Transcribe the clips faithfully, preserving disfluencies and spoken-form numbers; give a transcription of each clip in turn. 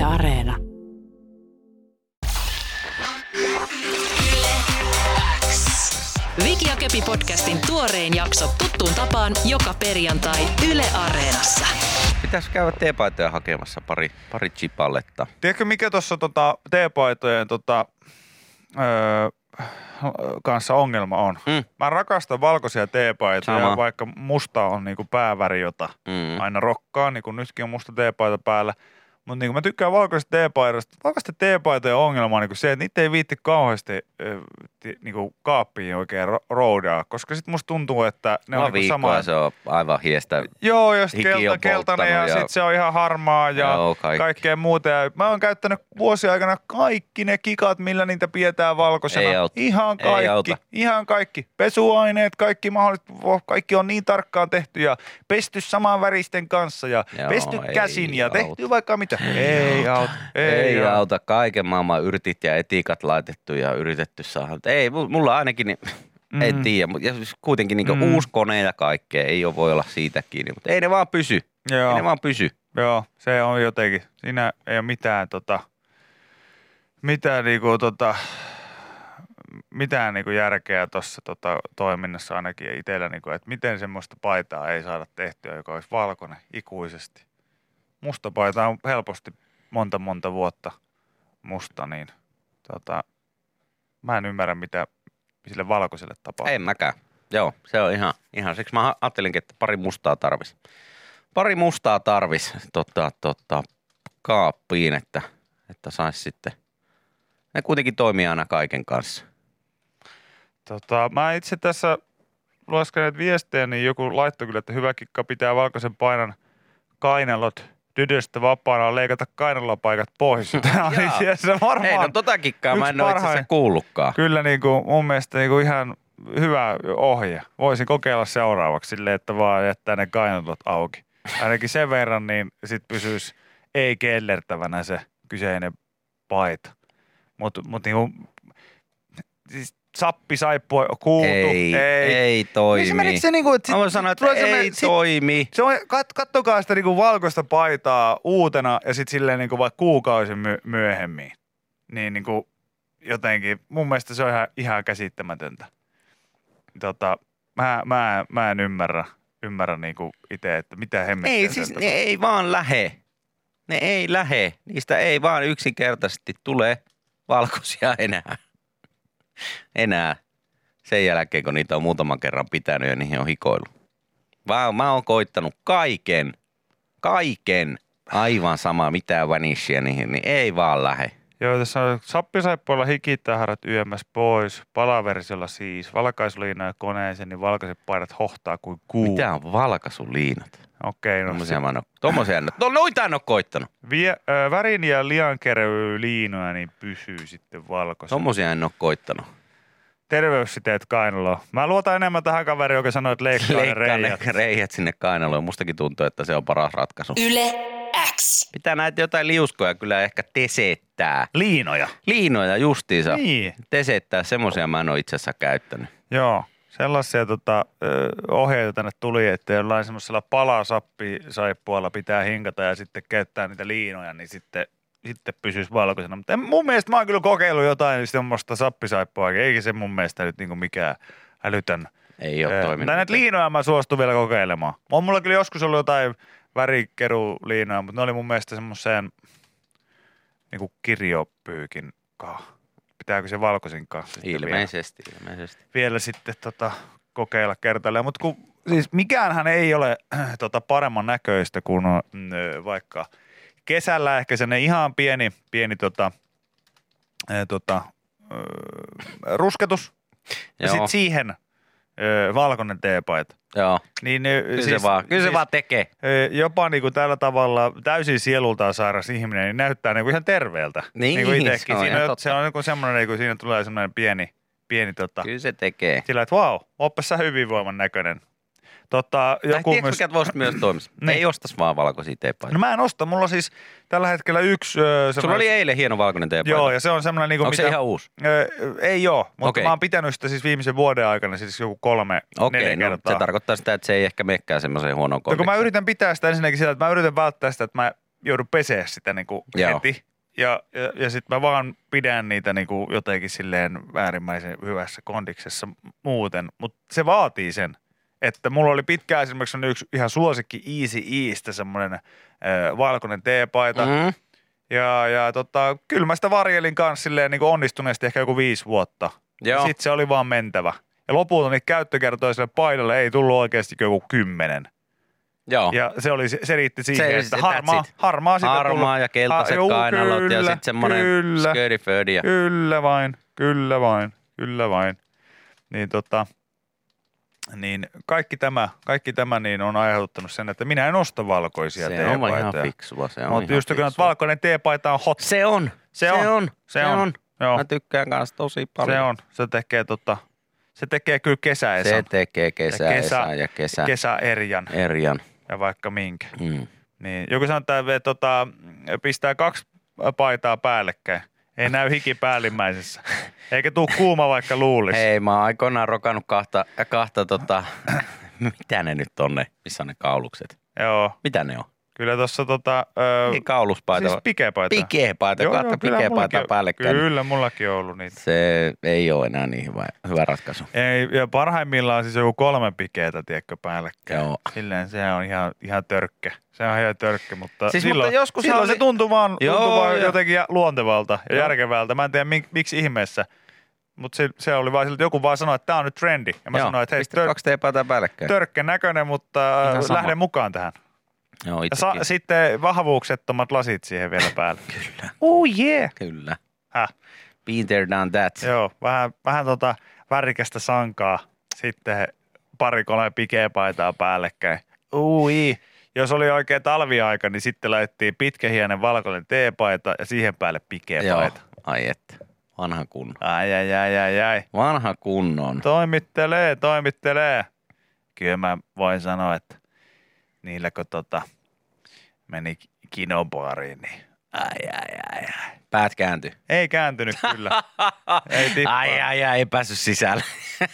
Yle Areena. Viki ja Köpi podcastin tuorein jakso tuttuun tapaan joka perjantai Yle Areenassa. Pitäisi käydä teepaitoja hakemassa pari, pari chipalletta. Tiedätkö mikä tuossa tota, teepaitojen tota, öö, kanssa ongelma on? Mm. Mä rakastan valkoisia teepaitoja, Sama. vaikka musta on niinku pääväri, jota mm. aina rokkaa, niin kuin nytkin on musta teepaita päällä. Mutta niinku mä tykkään valkoisesta teepaidasta. Valkoisten teepaitojen ongelma on niinku se, että niitä ei viitti kauheasti äh, niinku kaappiin oikein ro- roudaa, koska sit musta tuntuu, että ne Mulla on niinku sama. Se on aivan hiestä. Joo, ja sitten kelta, keltainen ja, ja sit se on ihan harmaa ja joo, kaikki. kaikkea muuta. Ja mä oon käyttänyt vuosien aikana kaikki ne kikat, millä niitä pidetään valkoisena. Ei auta. Ihan kaikki, ei auta. ihan kaikki. Pesuaineet, kaikki mahdolliset, kaikki on niin tarkkaan tehty ja pesty saman väristen kanssa ja joo, pesty käsin ja auta. tehty vaikka mitä. Ei auta. Ei, ei auta. auta. Kaiken maailman yrtit ja etikat laitettu ja yritetty saada. Ei, mulla ainakin, niin, mm. en tiedä. Ja kuitenkin niin mm. uusi kone ja kaikkea. Ei ole voi olla siitä kiinni, mutta ei ne vaan pysy. Joo. Ei ne vaan pysy. Joo, se on jotenkin. Siinä ei ole mitään tota, mitään niinku tota, mitään niinku järkeä tuossa tota, toiminnassa ainakin itsellä, niinku, että miten semmoista paitaa ei saada tehtyä, joka olisi valkoinen ikuisesti. Musta paita on helposti monta monta vuotta musta, niin tota, mä en ymmärrä mitä sille valkoiselle tapahtuu. En mäkään. Joo, se on ihan, ihan siksi mä ajattelinkin, että pari mustaa tarvis. Pari mustaa tarvis tota, tota, kaappiin, että, että saisi sitten, ne kuitenkin toimii aina kaiken kanssa. Tota, mä itse tässä lueskeneet viestejä, niin joku laittoi kyllä, että hyvä kikka pitää valkoisen painan kainalot tytöstä vapaana leikata kainalopaikat pois. Tämä on itse varmaan Ei, no tota kikkaa mä en ole itse asiassa kuullutkaan. Kyllä niin kuin, mun mielestä niin kuin ihan hyvä ohje. Voisin kokeilla seuraavaksi silleen, että vaan jättää ne kainalot auki. Ainakin sen verran, niin sit pysyisi ei kellertävänä se kyseinen paita. Mutta mut niinku, siis sappi, saippua, kuultu, ei. Ei, ei toimi. Esimerkiksi se niinku, että mä voin sanoa, että ei sit, toimi. Se on, kat, kattokaa sitä niinku valkoista paitaa uutena ja sitten silleen niinku vaikka kuukausi my, myöhemmin. Niin niinku jotenkin, mun mielestä se on ihan, ihan käsittämätöntä. Tota, mä, mä, mä en ymmärrä. Ymmärrän niinku itse, että mitä hemmettiä. Ei siis, ne ei vaan lähe. Ne ei lähe. Niistä ei vaan yksinkertaisesti tule valkoisia enää. Enää. Sen jälkeen, kun niitä on muutaman kerran pitänyt ja niihin on hikoillut. Vaan mä oon koittanut kaiken, kaiken, aivan sama mitään vanishia niihin, niin ei vaan lähe. Joo, tässä on sappisaippuilla hikittähärät yömmäs pois, palaversiolla siis, valkaisuliina ja koneeseen, niin valkaiset paidat hohtaa kuin kuu. Mitä on valkaisuliinat? Okei, no. Tommosia mä en oo, tommosia en oo, no noita en oo koittanut. Vie, ö, värin ja liankerry liinoja, niin pysyy sitten valkoisena. Tommosia en oo koittanut. Terveyssiteet kainaloon. Mä luotan enemmän tähän kaveriin, joka sanoi, että leikkaa, leikkaa ne reijät. ne reijät sinne kainaloon. Mustakin tuntuu, että se on paras ratkaisu. Yle X. Pitää näitä jotain liuskoja kyllä ehkä tesettää. Liinoja. Liinoja justiinsa. Niin. Tesettää, semmoisia mä en ole itse asiassa käyttänyt. Joo, sellaisia tota, ohjeita tänne tuli, että jollain semmoisella palasappisaippualla pitää hinkata ja sitten käyttää niitä liinoja, niin sitten, sitten pysyisi valkoisena. Mutta mun mielestä mä oon kyllä kokeillut jotain semmoista sappisaippua, eikä se mun mielestä nyt niinku mikään älytön. Ei ole toiminut. Tai näitä liinoja mä suostun vielä kokeilemaan. On mulla kyllä joskus ollut jotain värikeruliinoja, mutta ne oli mun mielestä semmoiseen niinku kirjopyykin kanssa. Pitääkö se valkoisin kanssa? Ilmeisesti, vielä, ilmeisesti. Vielä sitten tota, kokeilla kertaalleen. Mutta siis mikäänhän ei ole äh, tota, paremman näköistä kuin äh, vaikka kesällä ehkä sellainen ihan pieni, pieni tota, äh, tota, äh, rusketus. Ja sitten siihen äh, valkoinen teepaita. Joo, niin, kyllä, siis, se, vaan, kyllä siis, se vaan tekee. Jopa niin kuin tällä tavalla täysin sielultaan sairas ihminen, niin näyttää niin kuin ihan terveeltä. Niin, niin kuin itsekin. se on, siinä, on se on niin kuin semmoinen, niin kuin siinä tulee semmoinen pieni, pieni tota. Kyllä se tekee. Sillä, että vau, oppas sä hyvinvoiman näköinen. Tota, joku tiedätkö, myös... mikä voisi myös toimia? Niin. Ei ostas vaan valkoisia teepaita. No mä en osta. Mulla siis tällä hetkellä yksi... Öö, Sulla semmoinen... oli eilen hieno valkoinen teepaita. Joo, ja se on semmoinen... Niin kuin Onko mitä... se ihan uusi? Öö, ei oo, mutta okay. Mä oon pitänyt sitä siis viimeisen vuoden aikana siis joku kolme, okay, neljä no, kertaa. Se tarkoittaa sitä, että se ei ehkä menekään semmoiseen huonoon kondikseen. No kun mä yritän pitää sitä ensinnäkin sitä, että mä yritän välttää sitä, että mä joudu peseä sitä niin kuin heti. Ja, ja, ja sitten mä vaan pidän niitä niin kuin jotenkin silleen äärimmäisen hyvässä kondiksessa muuten. Mutta se vaatii sen, että mulla oli pitkään esimerkiksi yksi ihan suosikki Easy East, semmoinen äh, valkoinen teepaita. Mm-hmm. Ja, ja tota, kyllä mä sitä varjelin kanssa silleen niin kuin onnistuneesti ehkä joku viisi vuotta. Sitten se oli vaan mentävä. Ja lopulta niitä käyttökertoja sille paidalle ei tullut oikeasti joku kymmenen. Joo. Ja se, oli, se riitti siihen, se, että harmaa, harmaa siitä Harmaa ja keltaiset ha, kainalot kyllä, ja sitten semmoinen skirtifödi. Kyllä vain, kyllä vain, kyllä vain. Niin tota, niin kaikki tämä, kaikki tämä niin on aiheuttanut sen, että minä en osta valkoisia se teepaitoja. Se on ihan fiksua, se on Mut ihan just fiksua. Mutta valkoinen teepaita on hot. Se on, se, se on, on, se on. on. Joo. Mä tykkään kanssa tosi paljon. Se on, se tekee tota, se tekee kyllä kesäesan. Se tekee kesäesan ja, kesä, ja kesä. kesäerjan. Erjan. Ja vaikka minkä. Mm. Niin, joku sanoo, että tota, pistää kaksi paitaa päällekkäin. Ei näy hiki päällimmäisessä. Eikä tuu kuuma vaikka luulisi. Hei, mä oon aikoinaan rokannut kahta, kahta tota, mitä ne nyt on ne, missä on ne kaulukset? Joo. Mitä ne on? Kyllä tossa tota... Ö, ei kauluspaita. Siis pikepaita. Pikepaita, joo, kahta joo, pikepaita päällekkäin. Kyllä, mullakin on ollut niitä. Se ei ole enää niin hyvä, hyvä ratkaisu. Ei, ja parhaimmillaan siis joku kolme pikeitä, tiedätkö, päällekkäin. Joo. Silleen se on ihan, ihan törkkä. Se on ihan törkkä, mutta siis silloin, mutta joskus silloin oli... se tuntuu vaan, joo, tuntuu vaan joo. jotenkin luontevalta ja joo. järkevältä. Mä en tiedä mik, miksi ihmeessä. Mutta se, se oli vaan sillä, että joku vaan sanoi, että tää on nyt trendi. Ja mä joo, sanoin, että hei, tör... kaksi teepaitaa päällekkäin. Törkkän näköinen, mutta lähden mukaan tähän. Joo, ja sa- sitten vahvuuksettomat lasit siihen vielä päälle. Kyllä. Oh yeah. Kyllä. Häh? Been there, done that. Joo, vähän, vähän tota värikästä sankaa. Sitten pari kolme pikeepaitaa päällekkäin. Ui. Jos oli oikein talviaika, niin sitten laitettiin pitkähienen valkoinen teepaita ja siihen päälle pikeepaita. Joo, ai että. Vanha kunnon. Ai, ai, ai, ai, ai. Vanha kunnon. Toimittelee, toimittelee. Kyllä mä voin sanoa, että niillä kun tota meni kinobaariin, niin ai, ai, ai, ai. Päät kääntyi. Ei kääntynyt kyllä. Ei tippaa. Ai, ai, ai, ei päässyt sisälle.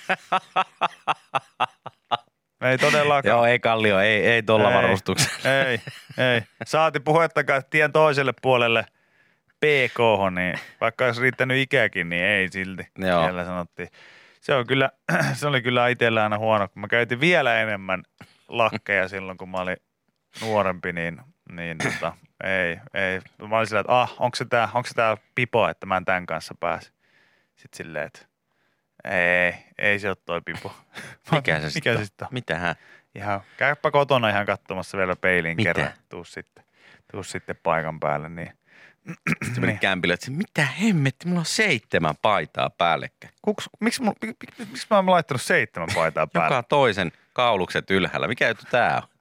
Ei todellakaan. Joo, ei Kallio, ei, ei tuolla varustuksella. Ei, ei. Saati puhettakaan tien toiselle puolelle P K:hon, niin vaikka olisi riittänyt ikäkin, niin ei silti. Joo. Siellä sanottiin. Se on kyllä, se oli kyllä itsellä aina huono, kun mä käytin vielä enemmän lakkeja silloin, kun mä olin nuorempi, niin, niin tota, ei, ei. Mä olin sillä, että ah, onko se tää, onko se tää pipo, että mä en tämän kanssa pääse. Sitten silleen, että ei, ei se ole toi pipo. Mikä se sitten on? on? Mitähän? Ihan, käypä kotona ihan katsomassa vielä peiliin Mitä? kerran. Tuu sitten, tuu sitten paikan päälle, niin. Sitten meni kämpille, että mitä hemmetti, mulla on seitsemän paitaa päällekkäin. Kuks, miksi, miksi, miksi, miksi mä oon laittanut seitsemän paitaa päälle? Joka toisen kaulukset ylhäällä. Mikä juttu tää on?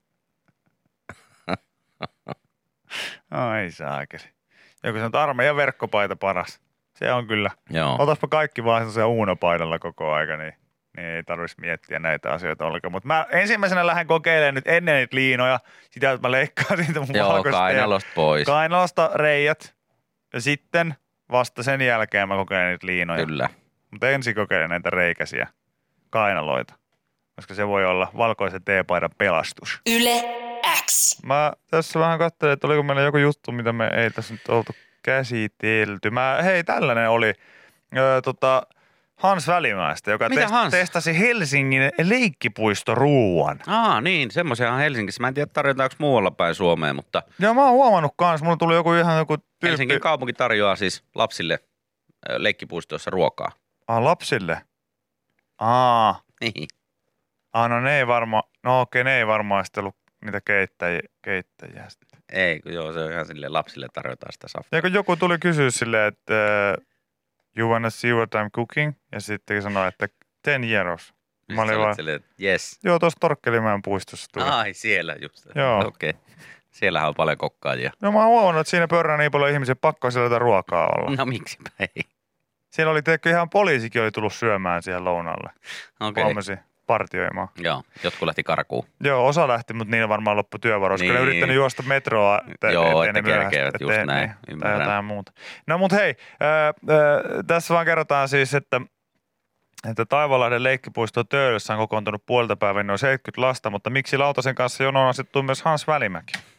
Ai saakeli. Joku sanoo, että armeijan verkkopaita paras. Se on kyllä. Joo. Otaspa kaikki vaan sellaisia uunopaidalla koko aika, niin, niin ei tarvitsisi miettiä näitä asioita ollenkaan. Mutta mä ensimmäisenä lähden kokeilemaan nyt ennen niitä liinoja, sitä, että mä leikkaan siitä mun Joo, valkoista. kainalosta pois. Kainalosta reijät ja sitten vasta sen jälkeen mä kokeilen niitä liinoja. Kyllä. Mutta ensin kokeilen näitä reikäisiä kainaloita, koska se voi olla valkoisen teepaidan pelastus. Yle X. Mä tässä vähän katselin, että oliko meillä joku juttu, mitä me ei tässä nyt oltu käsitelty. Mä, hei, tällainen oli öö, tota, Hans Välimäestä, joka Mitä test, Hans? testasi Helsingin leikkipuistoruuan. Aa, niin, semmoisia on Helsingissä. Mä en tiedä, tarjotaanko muualla päin Suomeen, mutta Joo, mä oon huomannut kans. Mulla tuli joku ihan joku tyyppi. Helsingin kaupunki tarjoaa siis lapsille ö, leikkipuistoissa ruokaa. Ah, lapsille? Aa, Niin. ah, no ne ei varmaan, no okei, ne ei varmaan sitten ollut niitä keittäjiä, keittäjiä sitten. Ei, kun joo, se on ihan silleen lapsille tarjotaan sitä saftaa. Ja kun joku tuli kysyä silleen, että uh, you wanna see what I'm cooking? Ja sitten sanoi, että ten euros. Mä olin vaan, silleen, että yes. joo, tuossa Torkkelimäen puistossa tuli. Ai, siellä just. Joo. Okei. Okay. Siellähän on paljon kokkaajia. No mä oon huomannut, että siinä pörrää niin paljon ihmisiä, pakko siellä jotain ruokaa olla. No miksipä ei. Siellä oli, teekö ihan poliisikin oli tullut syömään siihen lounalle. Okei. Huomasi partioimaan. Joo, jotkut lähti karkuun. Joo, osa lähti, mutta niillä varmaan loppu työvuoro, koska Niin. ne yrittänyt juosta metroa. Te, Joo, ettei että ne myöhästy, kerkeävät just ettei- näin, niin, tai ymmärrän. jotain muuta. No mut hei, ää, ää, tässä vaan kerrotaan siis, että että Taivalahden leikkipuisto Töölössä on kokoontunut puolta päivän noin seitsemänkymmentä lasta, mutta miksi Lautasen kanssa jonoon asettuu myös Hans Välimäki?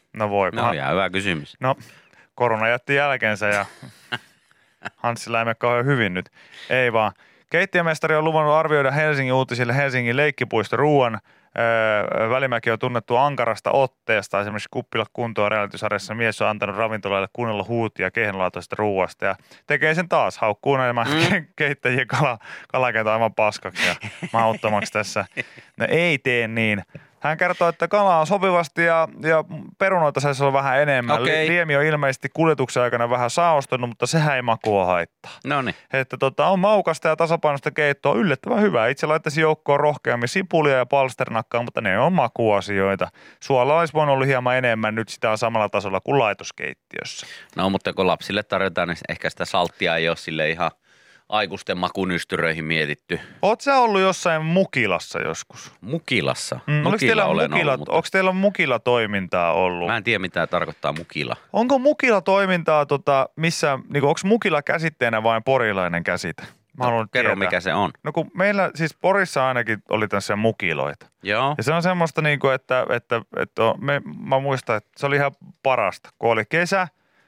No voi. No ihan hyvä kysymys. No, korona jätti jälkeensä ja Hanssilla ei mene kauhean hyvin nyt. Ei vaan. Keittiömestari on luvannut arvioida Helsingin uutisille Helsingin leikkipuisto ruuan. Öö, Välimäki on tunnettu ankarasta otteesta. Esimerkiksi Kuppila kuntoon reality-sarjassa mies on antanut ravintolaille kunnolla huutia kehnolaatuisesta ruuasta ja tekee sen taas. Haukkuu nämä mm. keittäjien kala, kalakentä aivan paskaksi ja mauttomaksi tässä. No ei tee niin. Hän kertoo, että kalaa on sopivasti ja, ja perunoita saisi olla vähän enemmän. Okay. Liemi on ilmeisesti kuljetuksen aikana vähän saostunut, mutta sehän ei makua haittaa. Noniin. Että tota, on maukasta ja tasapainoista keittoa, yllättävän hyvää. Itse laittaisin joukkoon rohkeammin sipulia ja palsternakkaa, mutta ne on makuasioita. Suolaa olisi voinut olla hieman enemmän, nyt sitä on samalla tasolla kuin laitoskeittiössä. No mutta kun lapsille tarjotaan, niin ehkä sitä salttia ei ole sille ihan aikuisten makunystyröihin mietitty. Oot sä ollut jossain mukilassa joskus? Mukilassa? Mm, Mukila teillä olen mukila, ollut, mutta onko teillä mukila-toimintaa ollut? mä en tiedä, mitä tarkoittaa mukila. Onko mukila-toimintaa, tota, missä, niin onko mukila käsitteenä vain porilainen käsite? Mä No, haluan kerro, tietää. mikä se on. No kun meillä siis Porissa ainakin oli tämmöisiä mukiloita. Joo. Ja se on semmoista niin kuin, että, että, että on, me, mä muistan, että se oli ihan parasta. Kun oli kesä,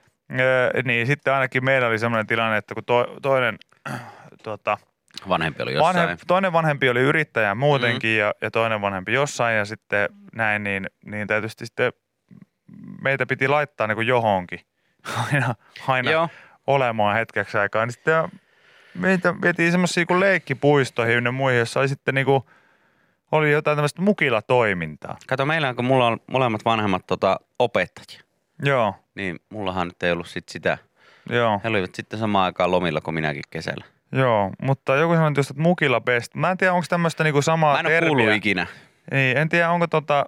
niin sitten ainakin meillä oli semmoinen tilanne, että kun to, toinen, tuota, Vanhempi oli jossain. vanhem, toinen vanhempi oli yrittäjä muutenkin Mm-hmm. ja, ja toinen vanhempi jossain ja sitten näin, niin, niin tietysti sitten meitä piti laittaa niin kuin johonkin aina, aina Joo. olemaan hetkeksi aikaa. Niin sitten meitä vietiin semmoisia kuin leikkipuistoihin ja muihin, jossa oli sitten niin kuin, oli jotain tämmöistä mukilatoimintaa. Kato, meillä kun mulla on molemmat vanhemmat tota, opettajia, Joo, niin mullahan nyt ei ollut sit sitä. joo, He olivat sitten samaan aikaan lomilla kuin minäkin kesällä. joo. Mutta joku sanoi just, että mukila best. Mä en tiedä, onko tämmöistä niin kuin samaa Mä en ole termiä. kuullut ikinä. Niin, en tiedä, onko tota,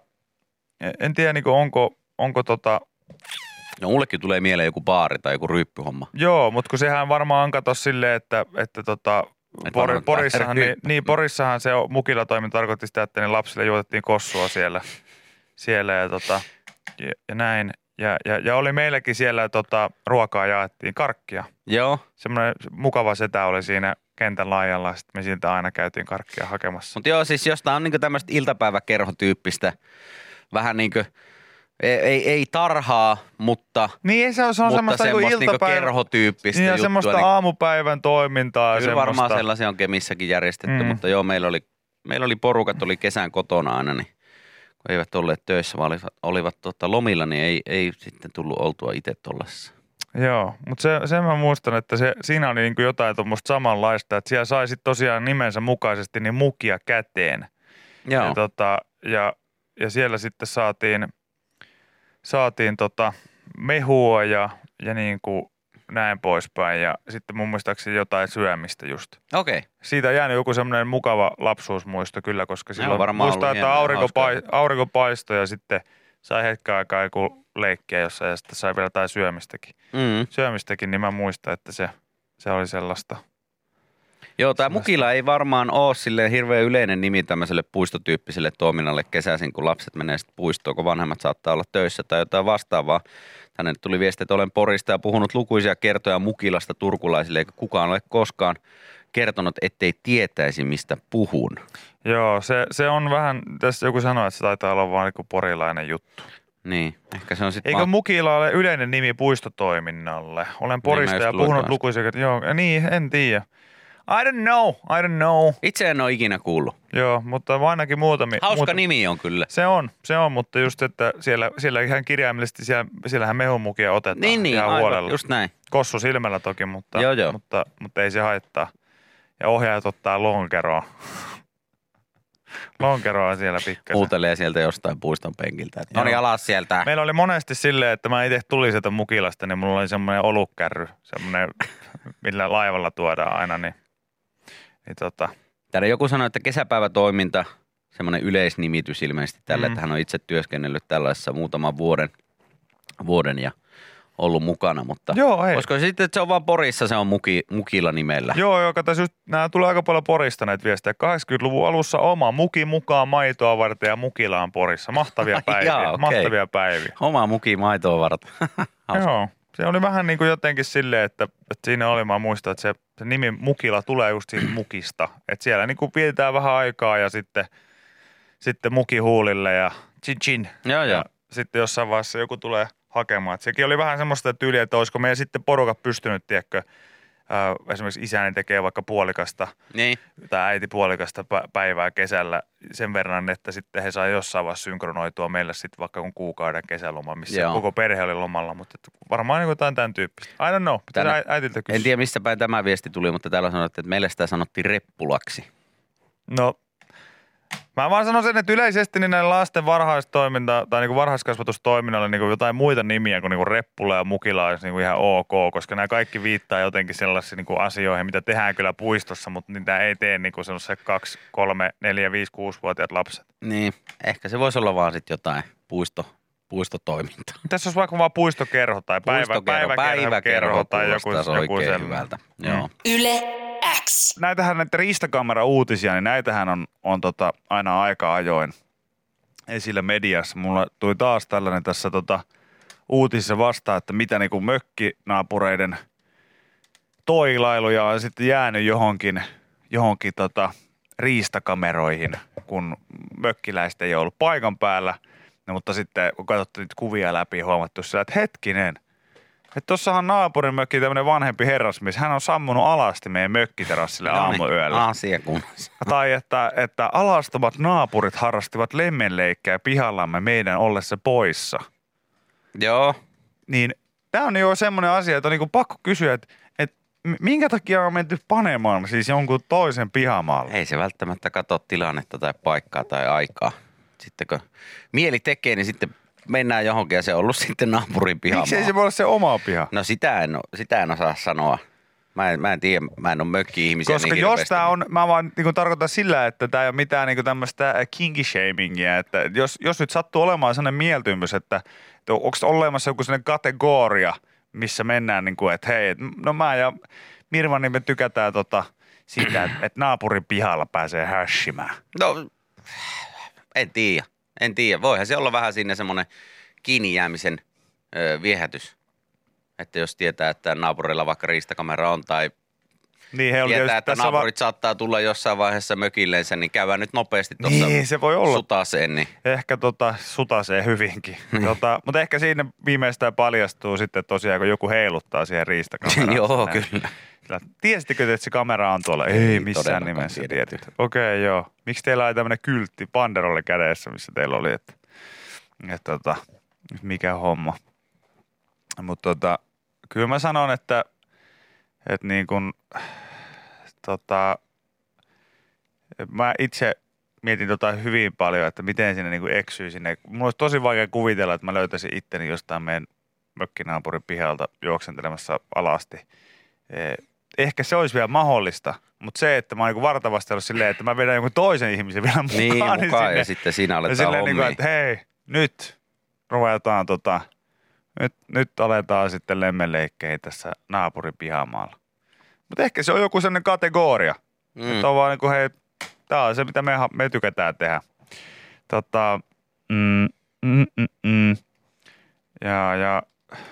en tiedä niin kuin onko, onko tota, No mullekin tulee mieleen joku baari tai joku ryyppyhomma. joo, mutta kun sehän varmaan katos silleen, että, että tota, Et Por, varmaan Porissahan, ryyppy. niin, niin, Porissahan se mukilatoiminta tarkoitti sitä, että ne lapsille juotettiin kossua siellä, siellä ja, tota, ja, ja näin. Ja, ja, ja oli meilläkin siellä tota, ruokaa jaettiin, karkkia. Joo. Semmoinen mukava setä oli siinä kentän laajalla, sitten me siitä aina käytiin karkkia hakemassa. Mutta joo, siis jos tää on niinku tämmöistä iltapäiväkerhotyyppistä, vähän niinku, ei, ei, ei tarhaa, mutta, Niin se on, se on mutta semmoista niinku semmoista niinku iltapäivä... kerhotyyppistä Niin ja juttua. semmoista niin aamupäivän toimintaa. kyllä semmoista. varmaan sellaisia on Kemissäkin järjestetty, Mm. mutta joo, meillä oli, meillä oli porukat, oli kesän kotona aina, niin kun eivät olleet töissä, vaan olivat, olivat tota lomilla, niin ei, ei sitten tullut oltua itse tuollaisessa. Joo, mutta se, sen mä muistan, että se, siinä oli niinku jotain tuommoista samanlaista, että siellä sai sitten tosiaan nimensä mukaisesti niin mukia käteen. Joo. Ja, tota, ja, ja siellä sitten saatiin, saatiin tota mehua ja, ja niin kuin näin poispäin. Ja sitten mun muistaakseni jotain syömistä just. Okei. Okay. Siitä on jäänyt joku semmoinen mukava lapsuusmuisto kyllä, koska silloin varmaan muistaa, ollut että hienoa, aurinko, hauskaa. pai, aurinko paistoi ja sitten sai hetken aikaa joku leikkiä jossain ja sitten sai vielä jotain syömistäkin. Mm. Syömistäkin, niin mä muistan, että se, se oli sellaista. Joo, tämä Sellaista. mukila ei varmaan ole silleen hirveän yleinen nimi tämmöiselle puistotyyppiselle toiminnalle kesäisin, kun lapset menee sitten puistoon, kun vanhemmat saattaa olla töissä tai jotain vastaavaa. Tänne tuli viesti, että olen Porista ja puhunut lukuisia kertoja mukilasta turkulaisille, eikä kukaan ole koskaan kertonut, ettei tietäisi, mistä puhun. Joo, se, se on vähän, tässä joku sanoi, että se taitaa olla vaan niin porilainen juttu. Niin, ehkä se on sitten Eikö vaan... mukila ole yleinen nimi puistotoiminnalle? Olen Porista just ja luin puhunut kanssa. lukuisia kertoja. Joo, niin, en tiedä. I don't know, I don't know. Itse en ole ikinä kuullut. Joo, mutta ainakin muutamia. Hauska muuta, nimi on kyllä. Se on, se on, mutta just, että siellä, siellä ihan kirjaimellisesti, siellä, siellähän mehumukia otetaan Niin, niin, ihan aivan, huolella. just näin. Kossu silmällä toki, mutta, Joo, joo. Mutta, mutta ei se haittaa. Ja ohjaajat ottaa lonkeroa. Lonkeroa siellä pikkasen. Huutelee sieltä jostain puiston penkiltä. Että no niin, Joo. alas sieltä. Meillä oli monesti silleen, että mä itse tulin sieltä mukilasta, niin mulla oli semmoinen olukkärry, semmoinen, millä laivalla tuodaan aina, niin, niin tota, Täällä joku sanoi, että kesäpäivätoiminta, semmoinen yleisnimitys ilmeisesti tälle, Mm. että hän on itse työskennellyt tällaisessa muutaman vuoden, vuoden ja ollut mukana, mutta Joo, ei. olisiko se sitten, että se on vaan Porissa, se on muki, mukilla nimellä. Joo, joo, kato, just, nämä tulee aika paljon Porista näitä viestejä. kahdeksankymmentäluvun alussa oma muki mukaan maitoa varten ja mukila on Porissa. Mahtavia päiviä, Jaa, okei. mahtavia päiviä. Oma muki maitoa varten. Hauska. Joo, se oli vähän niin kuin jotenkin silleen, että, että siinä oli, mä muistan, että se, se nimi mukila tulee just siitä mukista. Että siellä niin kuin vietetään vähän aikaa ja sitten, sitten muki huulille ja chin chin. Joo, joo. Ja sitten jossain vaiheessa joku tulee hakemaan. Et sekin oli vähän semmoista tyyliä, että olisiko meidän sitten porukat pystynyt, tiedätkö, ää, esimerkiksi isäni tekee vaikka puolikasta Niin. tai äiti puolikasta päivää kesällä sen verran, että sitten he saa jossain vaiheessa synkronoitua meille sitten vaikka kun kuukauden kesäloma, missä Joo. koko perhe oli lomalla, mutta varmaan niin jotain tämän tyyppistä. I don't know, pitää Tänne- äitiltä kysyä. En tiedä, mistä päin tämä viesti tuli, mutta täällä sanottiin, että meille sitä sanottiin reppulaksi. No, mä vaan sanon sen, että yleisesti niin näillä lasten varhaistoiminta tai niinku varhaiskasvatustoiminnalle niinku jotain muita nimiä kuin niinku reppula ja mukila olisi niinku ihan ok, koska nämä kaikki viittaa jotenkin sellaisiin niinku asioihin, mitä tehdään kyllä puistossa, mutta niitä ei tee niinku sellaiset kaksi, kolme, neljä, viisi, kuusi-vuotiaat lapset. Niin, ehkä se voisi olla vaan sitten jotain puisto, puistotoimintaa. Tässä olisi vaikka vaan puistokerho tai päivä, Puistokerho, päiväkerho tai joku, kuulostaa joku oikein sellainen. hyvältä. Mm. Joo. Yle X. Näitähän näitä riistakamera-uutisia, niin näitähän on, on tota aina aika ajoin esillä mediassa. Mulla tuli taas tällainen tässä tota uutisissa vastaan, että mitä niinku mökkinaapureiden toilailuja on sitten jäänyt johonkin, johonkin tota riistakameroihin, kun mökkiläiset ei ollut paikan päällä. No, mutta sitten kun katsottiin niitä kuvia läpi, huomattu sillä, että hetkinen, että tossahan naapurin mökki tämmöinen vanhempi herrasmies, hän on sammunut alasti meidän mökkiterassille aamuyöllä. Asia kunnossa. Tai että, että alastomat naapurit harrastivat lemmenleikkää pihallamme meidän ollessa poissa. Joo. Niin tämä on jo semmoinen asia, että on niinku pakko kysyä, että, että minkä takia on menty panemaan siis jonkun toisen pihamaalle? Ei se välttämättä katso tilannetta tai paikkaa tai aikaa. Sitten kun mieli tekee, niin sitten mennään johonkin ja se on ollut sitten naapurin pihamaa. Miksi ei se voi olla se oma piha? No sitä en, sitä en osaa sanoa. Mä en, mä en tiedä, mä en ole mökki-ihmisiä Koska niin jos hirveästi. tämä on, mä vaan niin tarkoitan sillä, että tämä ei ole mitään niin tämmöistä kinky shamingia, että jos, jos nyt sattuu olemaan sellainen mieltymys, että, että onko olemassa joku sellainen kategoria, missä mennään niin kuin, että hei, no mä ja Mirva, niin me tykätään tota siitä, että, että naapurin pihalla pääsee häshimään. No, en tiedä. En tiedä. Voihan se olla vähän siinä semmoinen kiinni jäämisen ö, viehätys. Että jos tietää, että naapurilla vaikka riistakamera on tai Niin he oli tietää, että tässä naapurit va- saattaa tulla jossain vaiheessa mökilleensä, niin käydään nyt nopeasti tuossa Niin, se voi olla. sutaseen. Niin. Ehkä tota, sutasee hyvinkin. tota, mutta ehkä siinä viimeistään paljastuu sitten tosiaan, kun joku heiluttaa siihen riistakameraan. Joo, Näin. kyllä. Sillä, tiesittekö, että se kamera on tuolla? Ei, Ei missään todellakaan nimessä tiedetty. tiedetty. Okei, okay, joo. Miksi teillä oli tämmöinen kyltti Panderolle kädessä, missä teillä oli, että, että tota, mikä homma. Mutta tota, kyllä mä sanon, että, että niin kun, tota, mä itse mietin tota hyvin paljon, että miten sinne niin kuin eksyy sinne. Mulla olisi tosi vaikea kuvitella, että mä löytäisin itteni jostain meidän mökkinaapurin pihalta juoksentelemassa alasti. Ehkä se olisi vielä mahdollista, mutta se, että mä oon niin vartavasti ollut silleen, että mä vedän jonkun toisen ihmisen vielä mukaan. Niin, mukaan sinne, ja sitten siinä ja aletaan silleen niin kuin, hommia. että hei, nyt ruvetaan tota, nyt, nyt aletaan sitten lemmenleikkeihin tässä naapurin pihamaalla. Mutta ehkä se on joku sellainen kategoria. Mm. Että on vaan niin kuin, hei, tää on se, mitä me, me tykätään tehdä. Tota, mm, mm, mm, mm. Ja, ja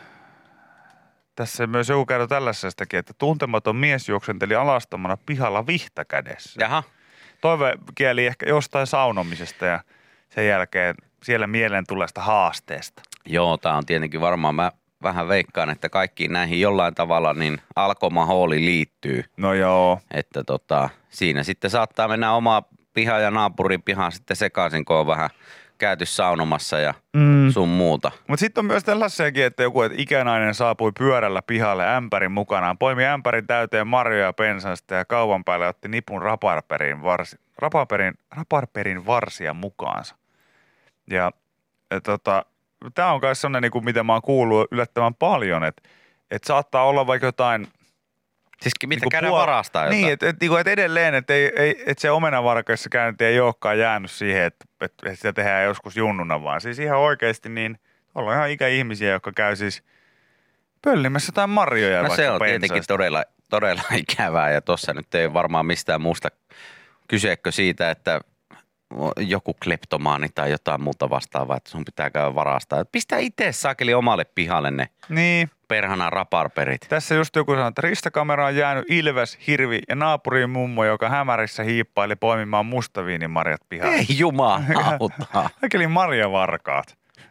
tässä myös joku kertoi tällaisestakin, että tuntematon mies juoksenteli alastomana pihalla vihta kädessä. Jaha. Toive kieli ehkä jostain saunomisesta ja sen jälkeen siellä mieleen tulleesta haasteesta. Joo, tää on tietenkin varmaan, mä vähän veikkaan, että kaikkiin näihin jollain tavalla niin alkomahooli liittyy. No joo. Että tota, siinä sitten saattaa mennä oma piha ja naapurin piha sitten sekaisin, kun on vähän käyty saunomassa ja Mm. sun muuta. Mutta sitten on myös tällaisiakin, että joku että ikänainen saapui pyörällä pihalle ämpärin mukanaan, poimi ämpärin täyteen marjoja pensasta ja kaupan päälle otti nipun raparperin, varsi, raparperin, raparperin varsia mukaansa. Ja, ja tota, tämä on myös sellainen, niin kuin mitä mä oon kuullut yllättävän paljon, että, että saattaa olla vaikka jotain. Siis mitä Niinku käydään puol- varastaa jotain? Niin, että et, et edelleen, että ei, ei, et se omenavarkaissa käynti ei olekaan jäänyt siihen, että et, et sitä tehdään joskus junnuna, vaan siis ihan oikeasti niin ollaan ihan ikäihmisiä, jotka käy siis pöllimässä jotain marjoja No vaikka se on tietenkin pensaista. todella, todella ikävää ja tuossa nyt ei varmaan mistään muusta kyseekö siitä, että joku kleptomaani tai jotain muuta vastaavaa, että sun pitää käydä varastaa. Pistä itse saakeli omalle pihalle ne Niin, perhana raparperit. tässä just joku sanoi, että ristakamera on jäänyt ilves, hirvi ja naapuriin mummo, joka hämärissä hiippaili poimimaan mustaviinimarjat pihalle. Ei jumalauta. Oikein marjavarkaat.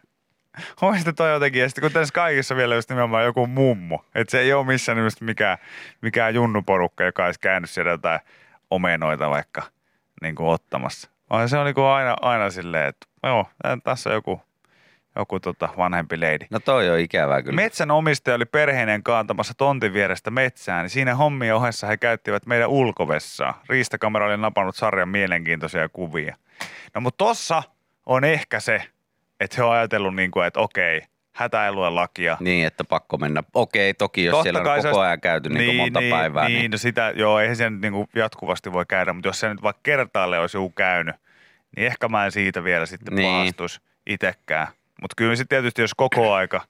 Muista toi jotenkin, ja sitten kun tässä kaikissa vielä just nimenomaan joku mummo. Että se ei ole missään nimessä mikään, mikään junnuporukka, joka olisi käynyt siellä jotain omenoita vaikka niin kuin ottamassa. Vaan se on niin kuin aina, aina silleen, että joo, tässä on joku, joku tota vanhempi leidi. No toi on ikävää kyllä. Metsän omistaja oli perheineen kaantamassa tontin vierestä metsään, niin siinä hommien ohessa he käyttivät meidän ulkovessaa. Riistakamera oli napannut sarjan mielenkiintoisia kuvia. No mutta tossa on ehkä se, että he on ajatellut niin kuin, että okei, hätä ei lue lakia. Niin, että pakko mennä. Okei, toki jos Totta siellä on koko ajan käyty niin, niin monta niin, päivää. Niin, niin, no sitä, joo, eihän se nyt niin kuin jatkuvasti voi käydä, mutta jos se nyt vaikka kertaalle olisi joku käynyt, niin ehkä mä en siitä vielä sitten niin. pahastuisi itsekään. Mutta kyllä sitten tietysti, jos koko aika,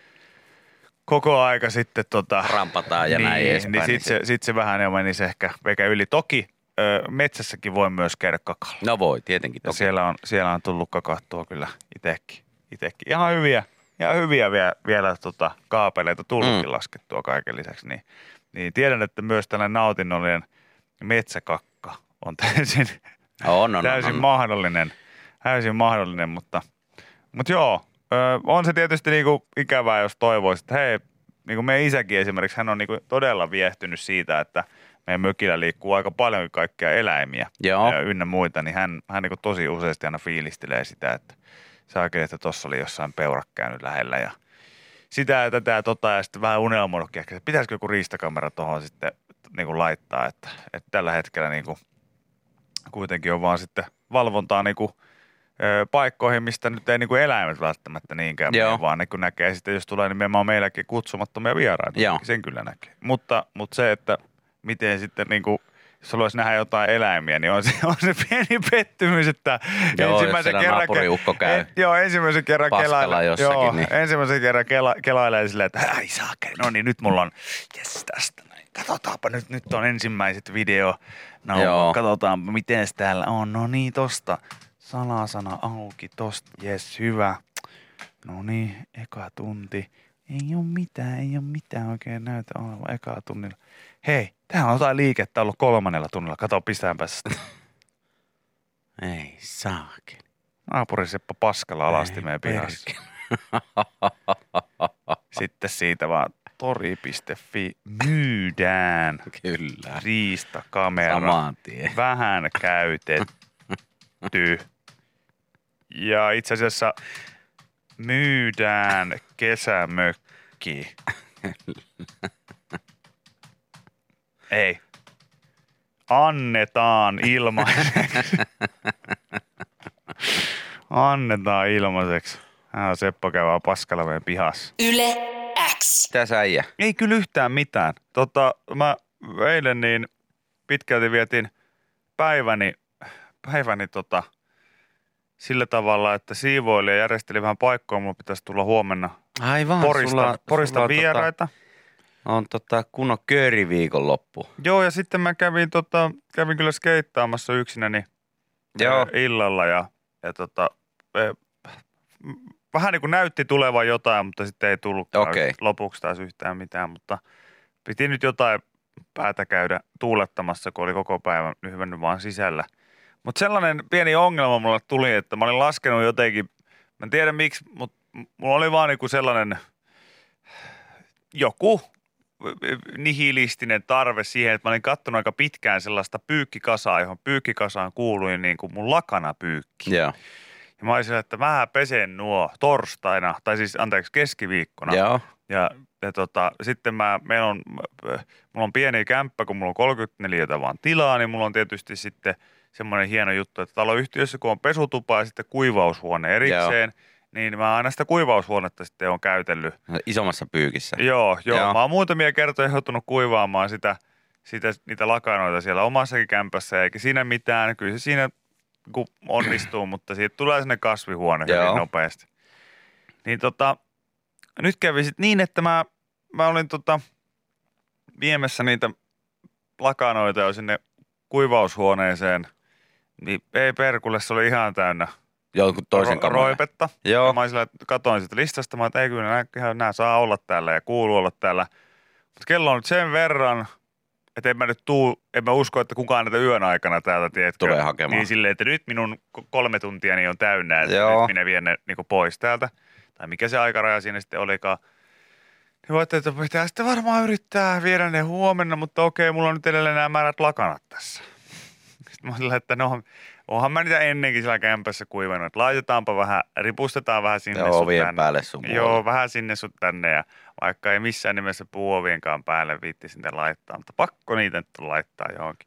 koko aika sitten tota... rampataan ja niin, näin edespäin. Niin sitten se, sit se vähän jo menisi ehkä vekä yli. Toki ö, metsässäkin voi myös käydä kakalla. No voi, tietenkin. Ja Toki. siellä on, siellä on tullut kakahtua kyllä itsekin. Itekin. Ihan hyviä, ihan hyviä vielä, vielä tota, kaapeleita tullutkin mm. laskettua kaiken lisäksi. Niin, niin tiedän, että myös tällainen nautinnollinen metsäkakka on täysin, oh, no, täysin no, no. mahdollinen. Täysin mahdollinen, mutta, mutta joo, ö, on se tietysti niinku ikävää, jos toivoisi, että hei, niin kuin meidän isäkin esimerkiksi, hän on niinku todella viehtynyt siitä, että meidän mökillä liikkuu aika paljonkin kaikkea eläimiä Joo. ja ynnä muita, niin hän, hän niinku tosi useasti aina fiilistelee sitä, että saakin, että tuossa oli jossain peurat käynyt lähellä ja sitä ja tätä ja tota ja sitten vähän unelmoinutkin ehkä, että pitäisikö joku riistakamera tuohon sitten niinku laittaa, että, että tällä hetkellä niinku kuitenkin on vaan sitten valvontaa niinku ö, paikkoihin, mistä nyt ei niinku eläimet välttämättä niinkään mene, vaan ne kun näkee sitten, jos tulee nimenomaan meilläkin kutsumattomia vieraita, niin sen kyllä näkee. Mutta, mutta se, että miten sitten niinku jos haluaisi nähdä jotain eläimiä, niin on se, on se pieni pettymys, että joo, ensimmäisen kerran... naapuriukko käy en, joo, ensimmäisen kerran kelailee. jossakin. Joo, niin. ensimmäisen kerran kela, kelailee silleen, että ai saakeli, no niin nyt mulla on, jes tästä näin. Katsotaanpa nyt, nyt on ensimmäiset video. No, katsotaanpa miten täällä on. No niin, tosta. Salasana auki, tosta, jes, hyvä. No niin, eka tunti. Ei oo mitään, ei oo mitään oikein näytä olevan eka tunnilla. Hei, täällä on jotain liikettä ollut kolmannella tunnilla. Kato, pistäänpä sitä. Ei saakeli. Naapuri Seppo Paskala alasti meidän pihassa. Sitten siitä vaan tori piste fi myydään. Kyllä. Riistakamera. Samaan tien. Vähän käytetty. Ja itse asiassa myydään kesämökki. Ei. Annetaan ilmaiseksi. Annetaan ilmaiseksi. Hän on Seppo käydään Paskalla meidän pihassa. Yle X. Mitäs äijä? Ei kyllä yhtään mitään. Tota, mä eilen niin pitkälti vietin päiväni, päiväni tota, sillä tavalla, että siivoili ja järjesteli vähän paikkoa. Mulla pitäisi tulla huomenna Aivan, Porista, sulla, Porista sulla vieraita. Tota, on tota kunnon kööriviikon loppu. Joo, ja sitten mä kävin, tota, kävin kyllä skeittaamassa yksinäni Joo. illalla ja, ja tota, vähän niin kuin näytti tulevan jotain, mutta sitten ei tullut okay. lopuksi taas yhtään mitään, mutta piti nyt jotain päätä käydä tuulettamassa, kun oli koko päivän hyvännyt vaan sisällä. Mutta sellainen pieni ongelma mulle tuli, että mä olin laskenut jotenkin, mä en tiedä miksi, mutta mulla oli vaan niinku sellainen joku nihilistinen tarve siihen, että mä olin kattonut aika pitkään sellaista pyykkikasaa, johon pyykkikasaan kuului niin kuin mun lakanapyykki. Joo. Ja mä olisin, että mä pesen nuo torstaina, tai siis anteeksi keskiviikkona. Joo. Ja, ja tota, sitten mä, meillä on, mulla on pieni kämppä, kun mulla on kolmekymmentäneljä vaan tilaa, niin mulla on tietysti sitten semmoinen hieno juttu, että taloyhtiössä kun on pesutupa ja sitten kuivaushuone erikseen, joo. niin mä aina sitä kuivaushuonetta sitten on käytellyt. Isommassa pyykissä. Joo, joo. joo. Mä oon muutamia kertoja joutunut kuivaamaan sitä, sitä, niitä lakanoita siellä omassakin kämpässä, eikä siinä mitään. Kyllä se siinä kun onnistuu, mutta siitä tulee sinne kasvihuone hyvin nopeasti. Niin tota, nyt kävi sitten niin, että mä, mä olin tota viemässä niitä lakanoita jo sinne kuivaushuoneeseen, niin ei perkulle, se oli ihan täynnä jonkun toisen ro- roipetta. Joo. Ja mä sillä, katoin sitä listasta, mä että ei kyllä, nämä, nämä saa olla täällä ja kuuluu olla täällä. Mutta kello on nyt sen verran, että en mä nyt tuu, en mä usko, että kukaan näitä yön aikana täältä, tiedätkö? Tulee hakemaan. Niin silleen, että nyt minun kolme tuntia niin on täynnä, että joo. nyt minä vien ne niin pois täältä. tai mikä se aikaraja siinä sitten olikaan. Niin voitte, että pitää sitten varmaan yrittää viedä ne huomenna, mutta okei, mulla on nyt edelleen nämä määrät lakanat tässä. Sitten mä sillä, että no, onhan mä niitä ennenkin siellä kämpässä kuivannut, että laitetaanpa vähän, ripustetaan vähän sinne Joo, sun ovien tänne. päälle sun Joo, muualle. vähän sinne sun tänne ja vaikka ei missään nimessä puuovienkaan päälle viitti sinne laittaa, mutta pakko niitä nyt laittaa johonkin.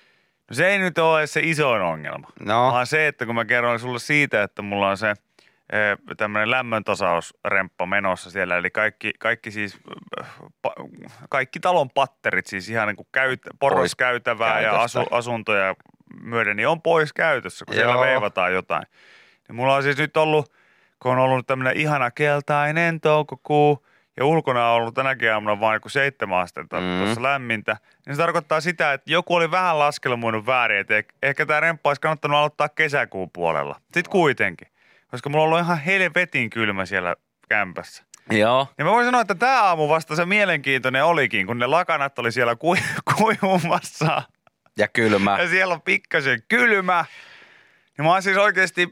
No se ei nyt ole se isoin ongelma, No, vaan se, että kun mä kerroin sulle siitä, että mulla on se tämmöinen lämmöntasausremppa menossa siellä, eli kaikki, kaikki siis, pa, kaikki talon patterit, siis ihan niin kuin käyt, porraskäytävää ja asu, asuntoja myöden, niin on pois käytössä, kun Joo. siellä veivataan jotain. Niin mulla on siis nyt ollut, kun on ollut tämmöinen ihana keltainen toukokuu, ja ulkona on ollut tänäkin aamuna vain joku seitsemän astetta mm. tuossa lämmintä, niin se tarkoittaa sitä, että joku oli vähän laskelmoinut väärin, että ehkä tämä remppa olisi kannattanut aloittaa kesäkuun puolella. Sitten kuitenkin. Koska mulla on ollut ihan helvetin kylmä siellä kämpässä. joo. Ja mä voin sanoa, että tämä aamu vasta se mielenkiintoinen olikin, kun ne lakanat oli siellä ku- kuivumassa. Ja kylmä. Ja siellä on pikkasen kylmä. Ja mä oon siis oikeasti,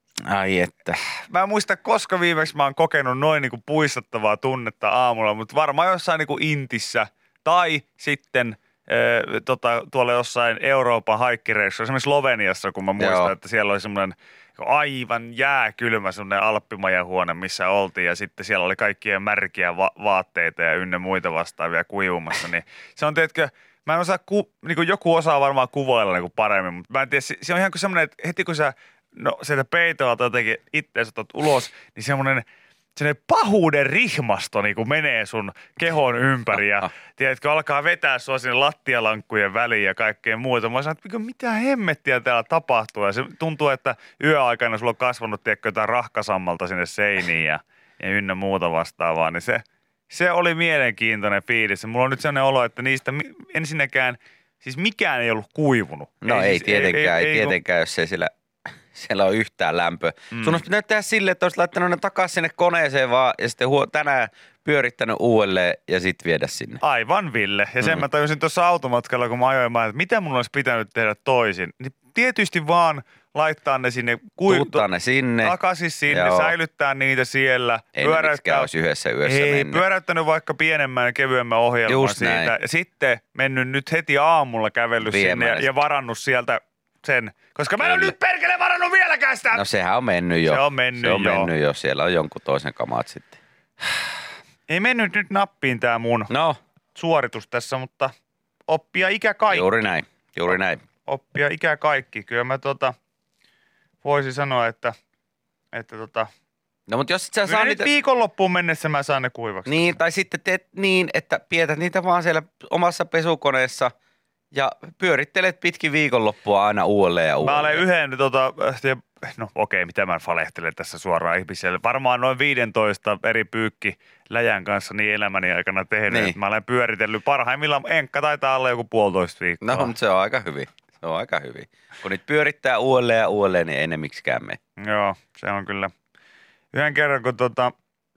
Ai että. mä en muista koska viimeksi mä oon kokenut noin niinku puistattavaa tunnetta aamulla, mutta varmaan jossain niinku Intissä tai sitten äh, tota, tuolla jossain Euroopan haikkireissussa, esimerkiksi Sloveniassa, kun mä muistan, Joo. että siellä oli semmoinen aivan jääkylmä semmoinen alppimajahuone, missä oltiin ja sitten siellä oli kaikkien märkiä va- vaatteita ja ynnä muita vastaavia kuivumassa, niin se on, tiedätkö, mä en osaa, ku, niin kuin joku osaa varmaan kuvailla niin kuin paremmin, mutta mä en tiedä, se, se on ihan kuin semmoinen, että heti kun sä no, sieltä peitolta jotenkin itseäsi otat ulos, niin semmoinen semmoinen pahuuden rihmasto niin kuin menee sun kehon ympäri ja tiedätkö, alkaa vetää sua sinne lattialankkujen väliin ja kaikkea muuta. Mä sanon, että mitä hemmettiä täällä tapahtuu ja se tuntuu, että yöaikana sulla on kasvanut tiedätkö, jotain rahkasammalta sinne seiniin ja, ja ynnä muuta vastaavaa, niin se, se oli mielenkiintoinen fiilis. Mulla on nyt sellainen olo, että niistä ensinnäkään, siis mikään ei ollut kuivunut. No ei, ei siis, tietenkään, ei, ei, ei tietenkään, kun... jos ei siellä... Siellä on yhtään lämpöä. Mm. Sun olisi pitänyt tehdä silleen, että olisit laittanut ne takaisin sinne koneeseen vaan ja sitten huo- tänään pyörittänyt uudelleen ja sitten viedä sinne. Aivan, Ville. Ja sen mm. mä tajusin tuossa automatkalla, kun mä ajoin, että mitä mun olisi pitänyt tehdä toisin. Niin tietysti vaan laittaa ne sinne. Tuuttaa ne sinne. Takaisin sinne, Joo. säilyttää niitä siellä. Ei ne miksikään olisi yhdessä yössä Ei, mennyt. pyöräyttänyt vaikka pienemmän ja kevyemmän ohjelman Just siitä. Näin. Ja sitten mennyt nyt heti aamulla kävellyt Viemään sinne ja, ja varannut sieltä sen. Koska mä en ole nyt perkele varannut vieläkään sitä. No sehän on mennyt jo. Se on mennyt Se on jo. mennyt jo. Siellä on jonkun toisen kamat sitten. Ei mennyt nyt nappiin tää mun No. suoritus tässä, mutta oppia ikä kaikki. Juuri näin. Juuri näin. Oppia ikä kaikki. Kyllä mä tota, voisin sanoa, että, että tota, No mutta jos et sä saa kyllä niitä... nyt viikonloppuun mennessä mä saan ne kuivaksi. Niin, tai sitten teet niin, että pietät niitä vaan siellä omassa pesukoneessa ja pyörittelet pitkin viikonloppua aina uudelleen ja uudelleen. Mä olen yhden, tota, no okei, mitä mä valehtelen tässä suoraan ihmiselle. Varmaan noin viisitoista eri pyykkiläjän kanssa niin elämäni aikana tehnyt. Niin. Että mä olen pyöritellyt parhaimmillaan, enkka taitaa olla joku puolitoista viikkoa. No, mutta se on aika hyvin. Se on aika hyvin. Kun niitä pyörittää uudelleen ja uudelleen, niin ei ne miksikään mene. Joo, se on kyllä. Yhden kerran, kun tota,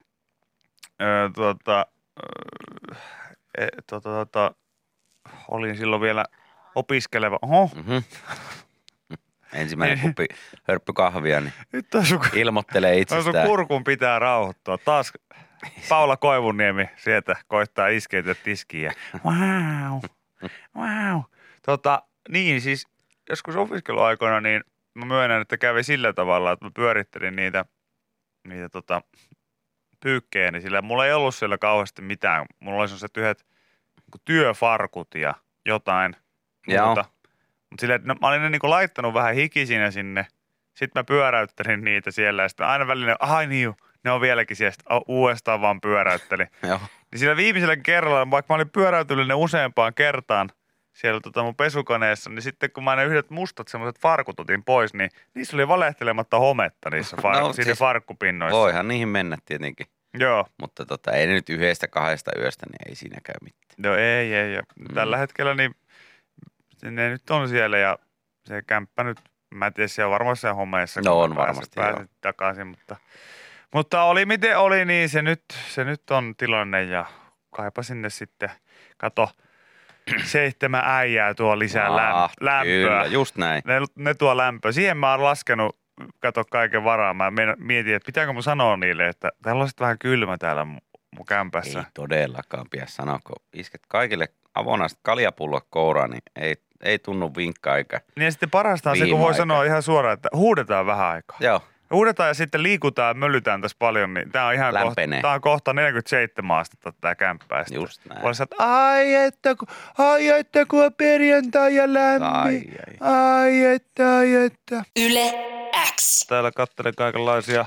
ö, tota, ö, e, tota, tota, olin silloin vielä opiskeleva. Oho. Mm-hmm. Ensimmäinen kuppi hörppy kahvia, niin Nyt on sun, ilmoittelee on itsestään. sun kurkun pitää rauhoittua. Taas Paula Koivuniemi sieltä koittaa iskeytyä tiskiä. Wow, wow. Tota, niin siis joskus opiskeluaikoina niin mä myönnän, että kävi sillä tavalla, että mä pyörittelin niitä, niitä tota, pyykkejä, niin sillä mulla ei ollut siellä kauheasti mitään. Mulla oli sellaiset yhdet työfarkut ja jotain Joo. muuta. Mutta silleen, että mä olin ne niinku laittanut vähän hikisinä sinne. Sitten mä pyöräyttelin niitä siellä ja sitten aina välillä, ai niin, ne on vieläkin siellä. Sitten uudestaan vaan pyöräyttelin. Joo. Niin sillä viimeisellä kerralla, vaikka mä olin pyöräytellyt ne useampaan kertaan siellä tota mun pesukoneessa, niin sitten kun mä ne yhdet mustat semmoiset farkut otin pois, niin niissä oli valehtelematta hometta niissä far- No, siinä siis farkkupinnoissa. Voihan niihin mennä tietenkin. Joo. Mutta tota, ei ne nyt yhdestä kahdesta yöstä, niin ei siinä käy mitään. No ei, ei. Ja Mm. tällä hetkellä niin ne nyt on siellä ja se kämppä nyt, mä en tiedä, se on varmaan se homeessa. No kun on mä pääsen- varmasti, pääsen joo. takaisin, mutta, mutta oli miten oli, niin se nyt, se nyt on tilanne ja kaipa sinne sitten, kato, seitsemän äijää tuo lisää lämp- Ah, lämpöä. Kyllä, just näin. Ne, ne tuo lämpöä. Siihen mä oon laskenut kato kaiken varaa. Mä mietin, että pitääkö mun sanoa niille, että täällä on sitten vähän kylmä täällä mun kämpässä. Ei todellakaan pidä sanoa, kun isket kaikille avonaiset kaljapullot kouraan, niin ei, ei tunnu vinkkaa eikä Niin ja sitten parasta on se, kun voi sanoa ihan suoraan, että huudetaan vähän aikaa. Joo. Huudetaan ja sitten liikutaan ja möllytään tässä paljon, niin tää on ihan kohta, tää on kohta neljäkymmentäseitsemän astetta tää kämppää. Just näin. Voi sanoa, että ai että, kun, ai että kun on perjantai ja lämmin. Ai, ai. ai että, ai että. Yle X. Täällä katselen kaikenlaisia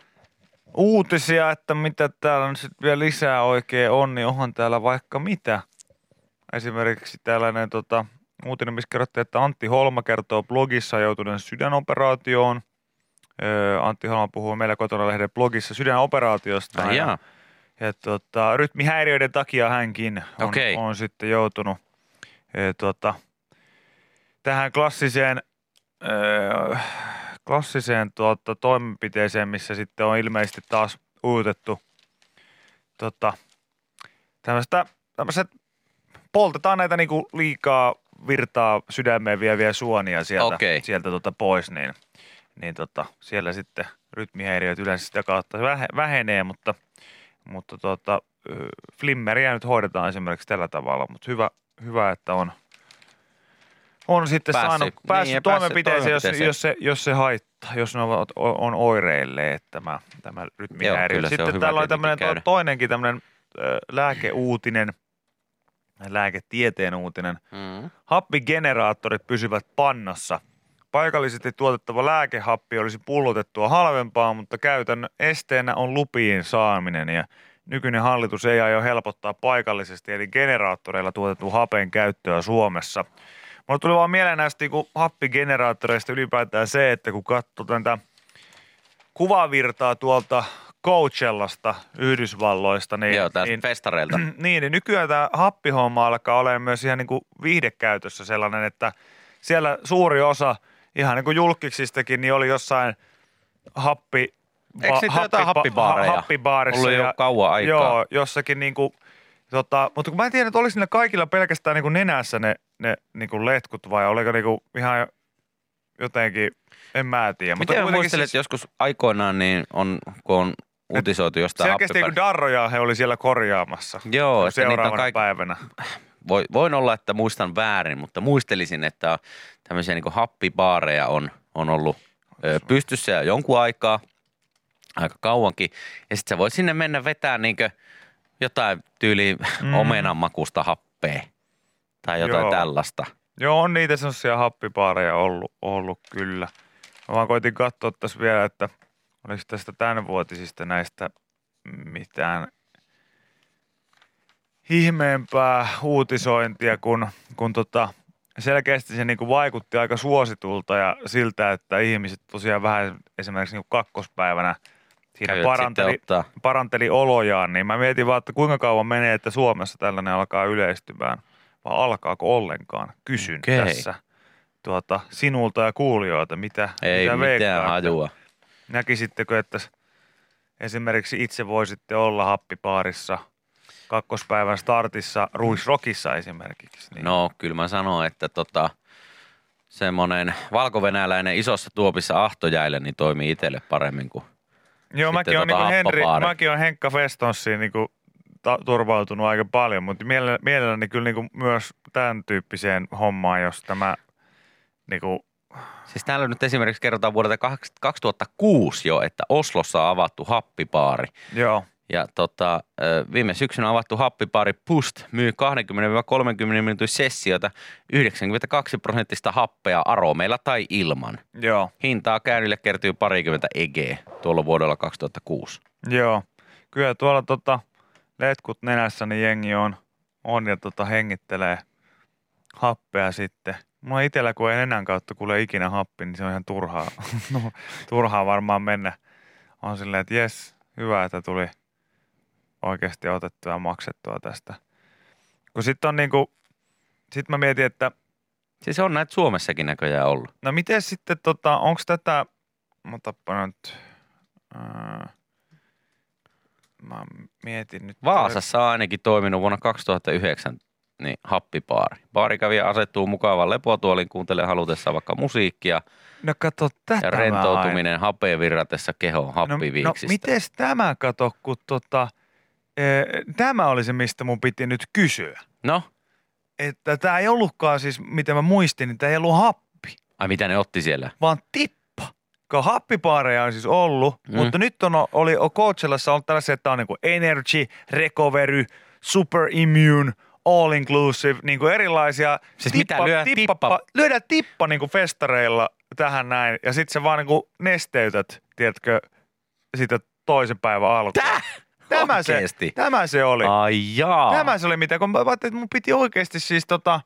uutisia, että mitä täällä nyt sitten vielä lisää oikein on, niin onhan täällä vaikka mitä. Esimerkiksi tällainen tota, uutinen, missä kerrottiin, että Antti Holma kertoo blogissa joutuneen sydänoperaatioon. Öö, Antti Holma puhuu meillä kotona lehden blogissa sydänoperaatiosta. Ai ja, jaa. ja tota, rytmihäiriöiden takia hänkin on, Okei. on sitten joutunut e, tota, tähän klassiseen, öö, klassiseen tuota, toimenpiteeseen, missä sitten on ilmeisesti taas uutettu tota, tämmöistä, tämmöiset, poltetaan näitä niinku liikaa virtaa sydämeen vieviä suonia sieltä, Okei. sieltä tota pois, niin, niin tota, siellä sitten rytmihäiriöt yleensä sitä kautta vähe- vähenee, mutta, mutta tota, flimmeriä nyt hoidetaan esimerkiksi tällä tavalla, mutta hyvä, hyvä että on, on sitten Päässyt- saanut, niin, päässyt ja toimenpiteeseen, jos, toimenpiteeseen. jos, se, jos se haittaa, jos ne ovat, on oireilleet tämä, tämä rytmihäiriö. kyllä se on Sitten hyvä täällä oli tietenkin tämmöinen käydä. toinenkin tämmöinen ö, lääkeuutinen, lääketieteen uutinen. Mm. Happigeneraattorit pysyvät pannassa. Paikallisesti tuotettava lääkehappi olisi pullotettua halvempaa, mutta käytännön esteenä on lupien saaminen ja nykyinen hallitus ei aio helpottaa paikallisesti eli generaattoreilla tuotetun hapen käyttöä Suomessa. Mulle tuli vaan mieleen näistä niin happigeneraattoreista ylipäätään se, että kun katsoo tätä kuvavirtaa tuolta Coachellasta Yhdysvalloista, niin, Joo, tästä niin, festareilta. niin, niin nykyään tämä happihomma alkaa olemaan myös ihan niin kuin viihdekäytössä sellainen, että siellä suuri osa ihan niin kuin julkiksistakin niin oli jossain happi, Eikö niitä happi, jotain happibaareja? happibaarissa. Ollut jo ja- kauan aikaa. Joo, jossakin niin kuin, tota, mutta kun mä en tiedä, että oliko niillä kaikilla pelkästään niin kuin nenässä ne, ne niin kuin letkut vai oliko niin kuin ihan jotenkin, en mä tiedä. Mutta Miten mä kuitenkin muistelen, siis- että joskus aikoinaan, niin on, kun on uutisoitu jostain selkeästi happipäin- kun Darroja he oli siellä korjaamassa Joo, että niitä on seuraavana kaikki, päivänä. voi, voin olla, että muistan väärin, mutta muistelisin, että tämmöisiä niin happibaareja on, on ollut ö, pystyssä jo jonkun aikaa, aika kauankin. Ja sitten sä voit sinne mennä vetää niin jotain tyyliin mm. omenanmakusta happea tai jotain Joo. tällaista. Joo, on niitä sellaisia happibaareja ollut, ollut kyllä. Mä vaan koitin katsoa tässä vielä, että oliko tästä tämänvuotisista näistä mitään ihmeempää uutisointia, kun, kun tota, selkeästi se niinku vaikutti aika suositulta ja siltä, että ihmiset tosiaan vähän esimerkiksi niinku kakkospäivänä siinä Kävivät paranteli, sitten ottaa. paranteli olojaan, niin mä mietin vaan, että kuinka kauan menee, että Suomessa tällainen alkaa yleistymään, vai alkaako ollenkaan? Kysyn Okei. tässä tuota, sinulta ja kuulijoilta, mitä, Ei mitä mitään veikkaatte? hajua. Näkisittekö, että esimerkiksi itse voisitte olla happipaarissa kakkospäivän startissa Ruisrockissa esimerkiksi? Niin. No kyllä mä sanon, että tota, semmoinen valkovenäläinen isossa tuopissa ahtojäille niin toimii itselle paremmin kuin Joo, sitten mäkin on tota niin Henri, happopaari. mäkin on Henkka Festonssiin niin ta- turvautunut aika paljon, mutta mielelläni, mielelläni kyllä niin myös tämän tyyppiseen hommaan, jos tämä niin kuin, Siis täällä nyt esimerkiksi kerrotaan vuodelta kaksituhattakuusi jo, että Oslossa on avattu happipaari. joo, Ja tota, ö, viime syksynä avattu happipaari Pust myy kaksikymmentä kolmekymmentä minuutin sessioita yhdeksänkymmentäkaksi prosenttista happea aromeilla tai ilman. joo, Hintaa käynnille kertyy parikymmentä egeä tuolla vuodella kaksituhattakuusi. joo. Kyllä tuolla tota, letkut nenässä niin jengi on, on ja tota, hengittelee happea sitten. Mulla itsellä, kun ei nenän kautta kuule ikinä happi, niin se on ihan turhaa, no, turhaa varmaan mennä. On silleen, että jes, hyvä, että tuli oikeasti otettua ja maksettua tästä. Kun sitten on niinku, sit mä mietin, että Siis on näitä Suomessakin näköjään ollut. no miten sitten tota, onko tätä, mä otapa nyt, ää, mä mietin nyt. Vaasassa on ainakin toiminut vuonna kaksituhattayhdeksän niin happibaari. Baarikävijä asettuu mukavan lepotuolin, kuuntelee halutessaan vaikka musiikkia. No kato, tätä ja rentoutuminen hapeen virratessa kehon happiviiksistä. No, no mites tämä kato, kun tota, e, tämä oli se, mistä mun piti nyt kysyä. No? Että tämä ei ollutkaan siis, mitä mä muistin, niin tämä ei ollut happi. Ai mitä ne otti siellä? Vaan tippa. Kun happibaareja on siis ollut, mm. mutta nyt on, oli Coachellassa ollut tällaisia, että on niin kuin energy, recovery, super immune, all inclusive, niin kuin erilaisia. Siis tippa, mitä lyö tippa, tippa? Lyödään tippa niin kuin festareilla tähän näin ja sitten sä vaan niin kuin nesteytät, tiedätkö, siitä toisen päivän alkuun. Tää? Tämä se, tämä se oli. Ai jaa. Tämä se oli mitä, kun mä ajattelin, että mun piti oikeasti siis tota,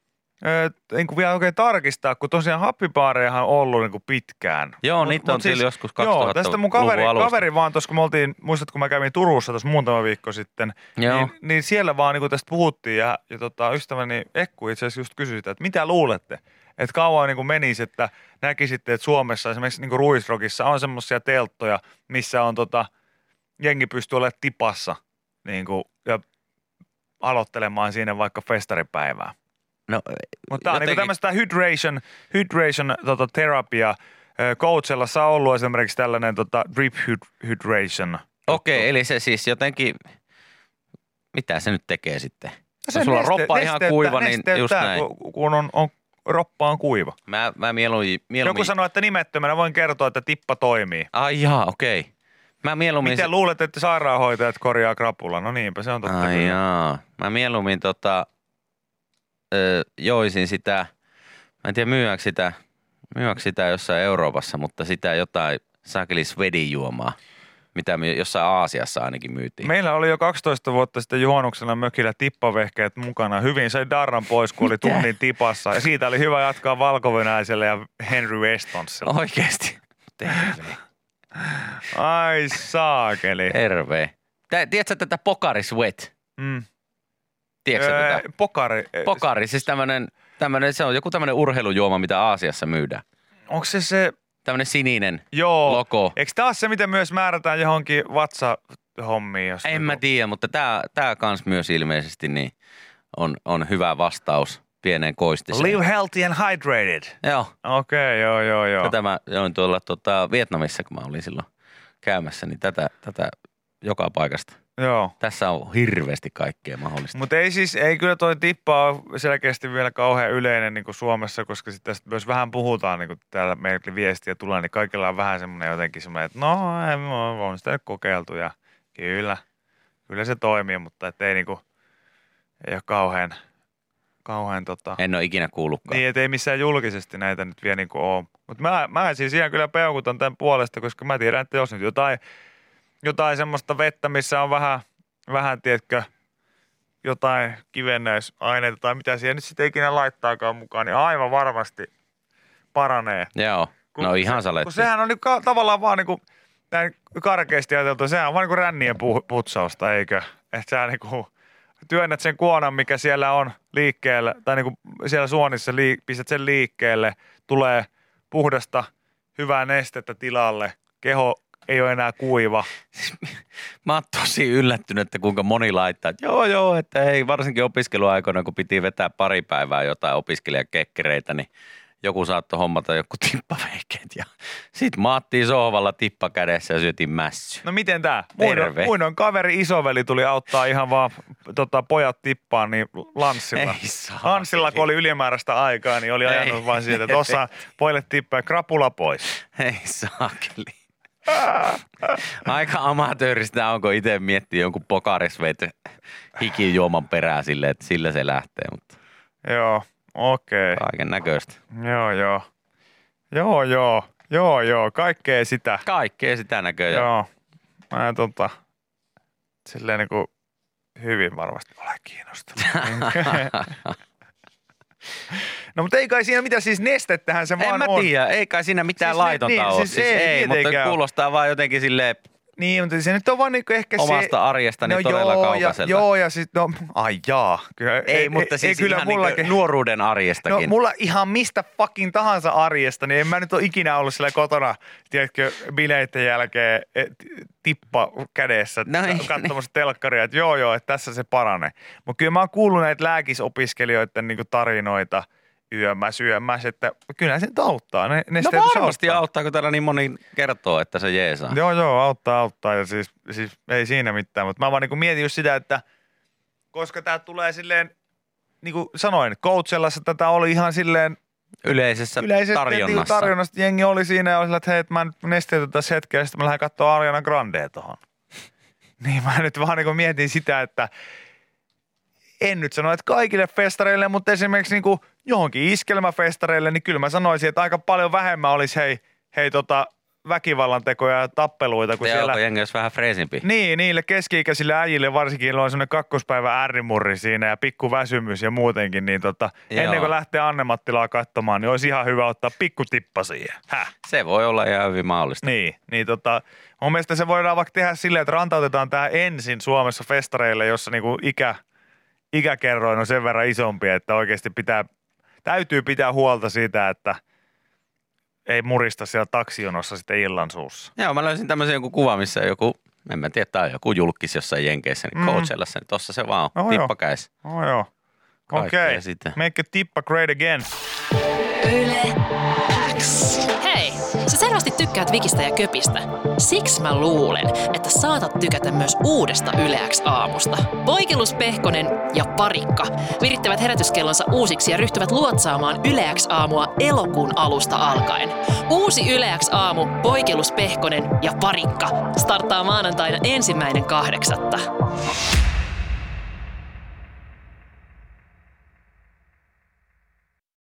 en kuin vielä oikein tarkistaa, kun tosiaan happibaarejahan on ollut niin kuin pitkään. Joo, mut, niitä on mut siis, siellä joskus kaksituhattaluvun Joo, tästä mun kaveri, alusta. kaveri vaan tuossa, kun me oltiin, muistat kun mä kävin Turussa tuossa muutama viikko sitten, niin, niin siellä vaan niin kuin tästä puhuttiin ja, ja tota, ystäväni Ekku itse asiassa just kysyi sitä, että mitä luulette? Että kauan niin kuin menisi, että näkisitte, että Suomessa esimerkiksi niin kuin Ruisrockissa on semmoisia telttoja, missä on tota, jengi pystyy olemaan tipassa niin kuin, ja aloittelemaan siinä vaikka festaripäivää. No, mutta tämä on niin tämmöistä hydration, hydration tota, terapia. Coachellassa on ollut esimerkiksi tällainen tota, drip hydration. Okei, okay, eli se siis jotenkin, mitä se nyt tekee sitten? Se no, sulla on neste, roppa ihan kuiva, niin just näin. Kun on, on, roppa on kuiva. Mä, mä mieluummin, mieluummin... Joku sanoi, että nimettömänä voin kertoa, että tippa toimii. Ai jaa, okei. Okay. Mä mieluummin... Miten luulet, että sairaanhoitajat korjaa krapula? No niinpä, se on totta. Ai jaa. Mä mieluummin tota... Öö, joisin sitä, mä en tiedä myyäkö sitä, myyäkö sitä jossain Euroopassa, mutta sitä jotain saakeli svedijuomaa, mitä me jossain Aasiassa ainakin myytiin. Meillä oli jo kaksitoista vuotta sitten juhannuksena mökillä tippavehkeet mukana. Hyvin sai darran pois, kun oli tunnin tipassa. Ja siitä oli hyvä jatkaa Valko-Venäiselle ja Henry Westonselle. Oikeesti? Terve. Ai saakeli. Terve. Tää, tiedätkö tätä Pocari Sweat? Mm. Tiedätkö öö, tätä? Pokari. Pokari, siis tämmönen, tämmönen, se on joku tämmönen urheilujuoma, mitä Aasiassa myydään. Onko se se... Tämmönen sininen Joo. logo. Eikö taas se, miten myös määrätään johonkin vatsahommiin? En joku... mä tiedä, mutta tää, tää kans myös ilmeisesti niin on, on hyvä vastaus pieneen koistiseen. Live healthy and hydrated. Joo. Okei, okay, joo, joo, joo. Tätä mä join tuolla tota, Vietnamissa, kun mä olin silloin käymässä, niin tätä, tätä joka paikasta. Joo. Tässä on hirveästi kaikkea mahdollista. Mutta ei siis, ei kyllä toi tippa ole selkeästi vielä kauhean yleinen niin kuin Suomessa, koska sitten tästä myös vähän puhutaan, niin kuin täällä meille viestiä tulee, niin kaikilla on vähän semmoinen jotenkin semmoinen, että no, on sitä nyt kokeiltu ja kyllä, kyllä se toimii, mutta et ei, niin kuin, ei ole kauhean, kauhean tota... En ole ikinä kuullutkaan. Niin, et ei missään julkisesti näitä nyt vielä niin kuin ole. Mutta mä, mä siis ihan kyllä peukutan tämän puolesta, koska mä tiedän, että jos nyt jotain... Jotain semmoista vettä, missä on vähän, vähän tiedätkö, jotain kivennäisaineita tai mitä siihen nyt sitten ikinä laittaakaan mukaan, niin aivan varmasti paranee. Joo, kun, no ihan saletti. Kun sehän on niin ka- tavallaan vaan niin kuin, näin karkeasti ajateltu, sehän on vaan niin kuin rännien pu- putsausta, eikö? Että sä niin kuin työnnät sen kuonan, mikä siellä on liikkeelle, tai niin kuin siellä suonissa liik- pistät sen liikkeelle, tulee puhdasta, hyvää nestettä tilalle, keho ei ole enää kuiva. Mä oon tosi yllättynyt, että kuinka moni laittaa, että joo joo, että hei, varsinkin opiskeluaikoina, kun piti vetää pari päivää jotain opiskelijakekkereitä, niin joku saattoi hommata joku tippavehkeet ja sit maattiin sohvalla tippa kädessä ja syötiin mässy. No miten tää? Muinoin, muinoin kaveri isoveli tuli auttaa ihan vaan tota, pojat tippaan niin lanssilla. Lanssilla, kun oli ylimääräistä aikaa, niin oli ajanut ei, vaan siitä, että tuossa pojille tippaa ja krapula pois. Ei saakeli. Aika amatööristä on, kun itse miettii jonkun pokarisveit hikijuoman perään silleen, että sillä se lähtee. Mutta joo, okei. Okay. Kaiken näköistä. Joo, joo. Joo, joo. Joo, joo. Kaikkea sitä. Kaikkea sitä näköjään. Joo. Mä tota, silleen niin kuin hyvin varmasti ole kiinnostunut. No mutta ei kai siinä mitään, siis nestettähän se en vaan mä on. tiedä, ei kai siinä mitään siis laitonta niin, ole. Siis, siis ei, ei mutta kuulostaa kuulostaa vaan jotenkin silleen Niin, mutta se nyt on vaan niinku ehkä omasta se... omasta arjestani no todella joo, kaukaiselta. Ja, joo, ja sitten, no, ai jaa. Kyllä, ei, ei, mutta siis ei, ihan mullakin... niin nuoruuden arjestakin. No mulla ihan mistä fucking tahansa arjesta, niin en mä nyt ole ikinä ollut siellä kotona, tiedätkö, bileiden jälkeen tippa kädessä no katsomassa telkkaria, että joo joo, että tässä se paranee. Mutta kyllä mä oon kuullut näitä lääkisopiskelijoiden niinku tarinoita, yömäs, yömäs, että kyllä se nyt auttaa. Ne, ne no varmasti auttaa. auttaa, kun täällä niin moni kertoo, että se jeesaa. Joo, joo, auttaa, auttaa. Ja siis, siis ei siinä mitään, mutta mä vaan niin mietin just sitä, että koska tää tulee silleen, niin kuin sanoin, Coachellassa tätä oli ihan silleen yleisessä, yleisessä tarjonnassa. tarjonnassa. Jengi oli siinä ja oli sillä, että hei, että mä nyt nesteytän tässä hetken ja sitten mä lähden katsoa Ariana Grandea tohon. Niin mä nyt vaan niin mietin sitä, että en nyt sano, että kaikille festareille, mutta esimerkiksi niin kuin johonkin iskelmäfestareille, niin kyllä mä sanoisin, että aika paljon vähemmän olisi hei, hei tota, väkivallan tekoja ja tappeluita. Kun ja siellä... onko jengi olisi vähän freesimpi? Niin, niille keski-ikäisille äijille varsinkin on semmoinen kakkospäivä ärrimurri siinä ja pikku väsymys ja muutenkin, niin tota, ennen kuin lähtee Anne-Mattilaa katsomaan, niin olisi ihan hyvä ottaa pikku tippa siihen. Häh? Se voi olla ihan hyvin mahdollista. Niin, niin tota, mun mielestä se voidaan vaikka tehdä silleen, että rantautetaan tää ensin Suomessa festareille, jossa niinku ikä... ikäkerroin on sen verran isompi, että oikeasti pitää, täytyy pitää huolta siitä, että ei murista siellä taksijonossa sitten illan suussa. Joo, mä löysin tämmöisen joku kuva, missä joku, en mä tiedä, tai joku julkis jossain Jenkeissä, niin mm. Coachellassa, niin tossa se vaan on, oh, tippa kädessä. Oh, joo. Okei, okay. Make a tippa great again. Yle X. Hei, sä selvästi tykkäät Vikistä ja Köpistä. Siksi mä luulen, että saatat tykätä myös uudesta Yle X-aamusta. Poikelus, Pehkonen ja Parikka virittävät herätyskellonsa uusiksi ja ryhtyvät luotsaamaan Yle X-aamua elokuun alusta alkaen. Uusi Yle X-aamu, Poikelus, Pehkonen ja Parikka starttaa maanantaina ensimmäinen kahdeksatta.